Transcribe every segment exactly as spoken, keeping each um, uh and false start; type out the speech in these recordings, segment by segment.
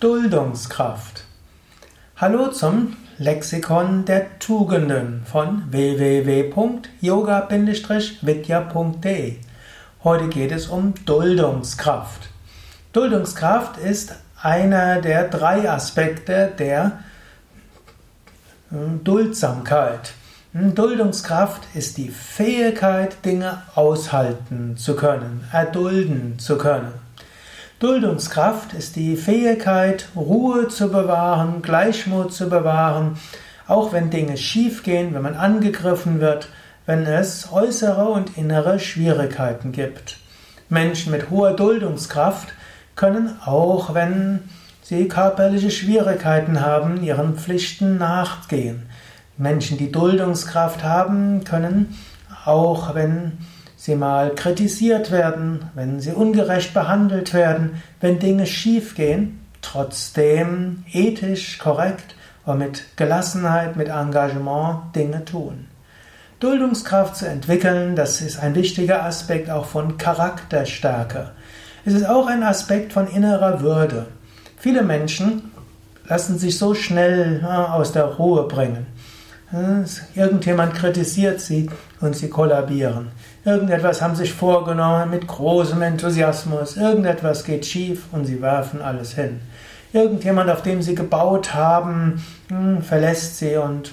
Duldungskraft. Hallo zum Lexikon der Tugenden von w w w punkt yoga vidya punkt de. Heute geht es um Duldungskraft. Duldungskraft ist einer der drei Aspekte der Duldsamkeit. Duldungskraft ist die Fähigkeit, Dinge aushalten zu können, erdulden zu können. Duldungskraft ist die Fähigkeit, Ruhe zu bewahren, Gleichmut zu bewahren, auch wenn Dinge schiefgehen, wenn man angegriffen wird, wenn es äußere und innere Schwierigkeiten gibt. Menschen mit hoher Duldungskraft können auch, wenn sie körperliche Schwierigkeiten haben, ihren Pflichten nachgehen. Menschen, die Duldungskraft haben, können auch, wenn sie mal kritisiert werden, wenn sie ungerecht behandelt werden, wenn Dinge schiefgehen, trotzdem ethisch, korrekt und mit Gelassenheit, mit Engagement Dinge tun. Duldungskraft zu entwickeln, das ist ein wichtiger Aspekt auch von Charakterstärke. Es ist auch ein Aspekt von innerer Würde. Viele Menschen lassen sich so schnell aus der Ruhe bringen. Irgendjemand kritisiert sie und sie kollabieren. Irgendetwas haben sich vorgenommen mit großem Enthusiasmus. Irgendetwas geht schief und sie werfen alles hin. Irgendjemand, auf dem sie gebaut haben, verlässt sie und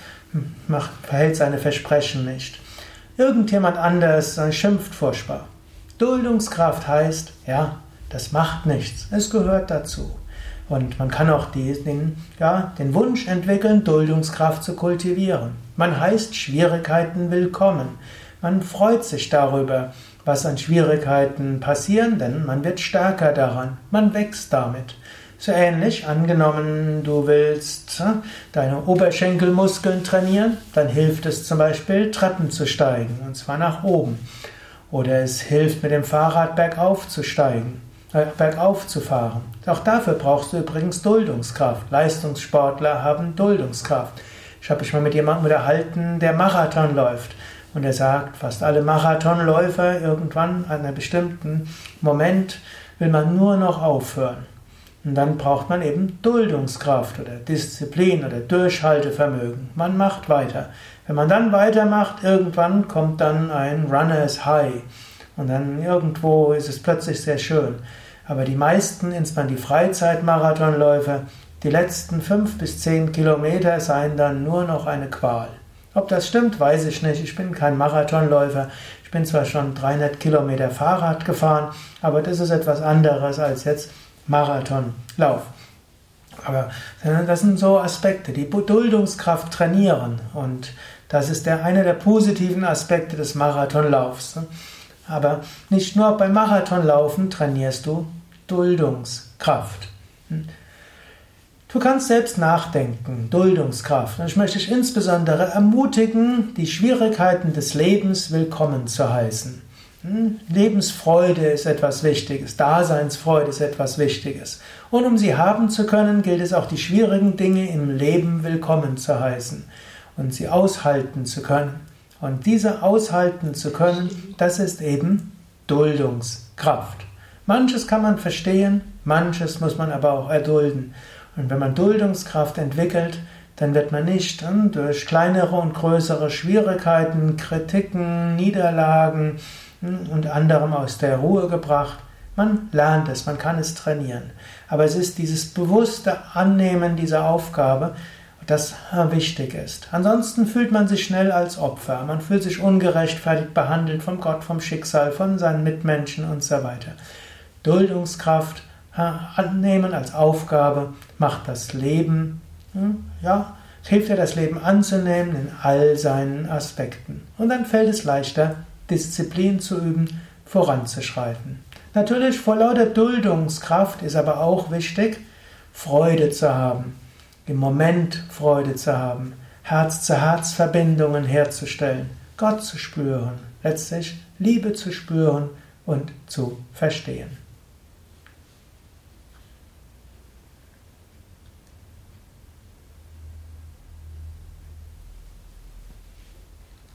macht, verhält seine Versprechen nicht. Irgendjemand anders schimpft furchtbar. Duldungskraft heißt, ja, das macht nichts. Es gehört dazu. Und man kann auch den, ja, den Wunsch entwickeln, Duldungskraft zu kultivieren. Man heißt Schwierigkeiten willkommen. Man freut sich darüber, was an Schwierigkeiten passieren, denn man wird stärker daran. Man wächst damit. So ähnlich, angenommen, du willst deine Oberschenkelmuskeln trainieren, dann hilft es zum Beispiel, Treppen zu steigen, und zwar nach oben. Oder es hilft, mit dem Fahrrad bergauf zu steigen. bergauf zu fahren. Auch dafür brauchst du übrigens Duldungskraft. Leistungssportler haben Duldungskraft. Ich habe mich mal mit jemandem unterhalten, der Marathon läuft. Und er sagt, fast alle Marathonläufer irgendwann an einem bestimmten Moment will man nur noch aufhören. Und dann braucht man eben Duldungskraft oder Disziplin oder Durchhaltevermögen. Man macht weiter. Wenn man dann weitermacht, irgendwann kommt dann ein Runner's High. Und dann irgendwo ist es plötzlich sehr schön. Aber die meisten, insbesondere die Freizeitmarathonläufer, die letzten fünf bis zehn Kilometer seien dann nur noch eine Qual. Ob das stimmt, weiß ich nicht. Ich bin kein Marathonläufer. Ich bin zwar schon dreihundert Kilometer Fahrrad gefahren, aber das ist etwas anderes als jetzt Marathonlauf. Aber das sind so Aspekte, die Duldungskraft trainieren. Und das ist der, einer der positiven Aspekte des Marathonlaufs. Aber nicht nur beim Marathonlaufen trainierst du Duldungskraft. Du kannst selbst nachdenken, Duldungskraft. Und ich möchte dich insbesondere ermutigen, die Schwierigkeiten des Lebens willkommen zu heißen. Lebensfreude ist etwas Wichtiges, Daseinsfreude ist etwas Wichtiges. Und um sie haben zu können, gilt es auch, die schwierigen Dinge im Leben willkommen zu heißen und sie aushalten zu können. Und diese aushalten zu können, das ist eben Duldungskraft. Manches kann man verstehen, manches muss man aber auch erdulden. Und wenn man Duldungskraft entwickelt, dann wird man nicht hm, durch kleinere und größere Schwierigkeiten, Kritiken, Niederlagen hm, und anderem aus der Ruhe gebracht. Man lernt es, man kann es trainieren. Aber es ist dieses bewusste Annehmen dieser Aufgabe, das wichtig ist. Ansonsten fühlt man sich schnell als Opfer. Man fühlt sich ungerechtfertigt behandelt vom Gott, vom Schicksal, von seinen Mitmenschen und so weiter. Duldungskraft annehmen als Aufgabe macht das Leben, ja, hilft dir das Leben anzunehmen in all seinen Aspekten. Und dann fällt es leichter, Disziplin zu üben, voranzuschreiten. Natürlich, vor lauter Duldungskraft ist aber auch wichtig, Freude zu haben. Im Moment Freude zu haben, Herz-zu-Herz-Verbindungen herzustellen, Gott zu spüren, letztlich Liebe zu spüren und zu verstehen.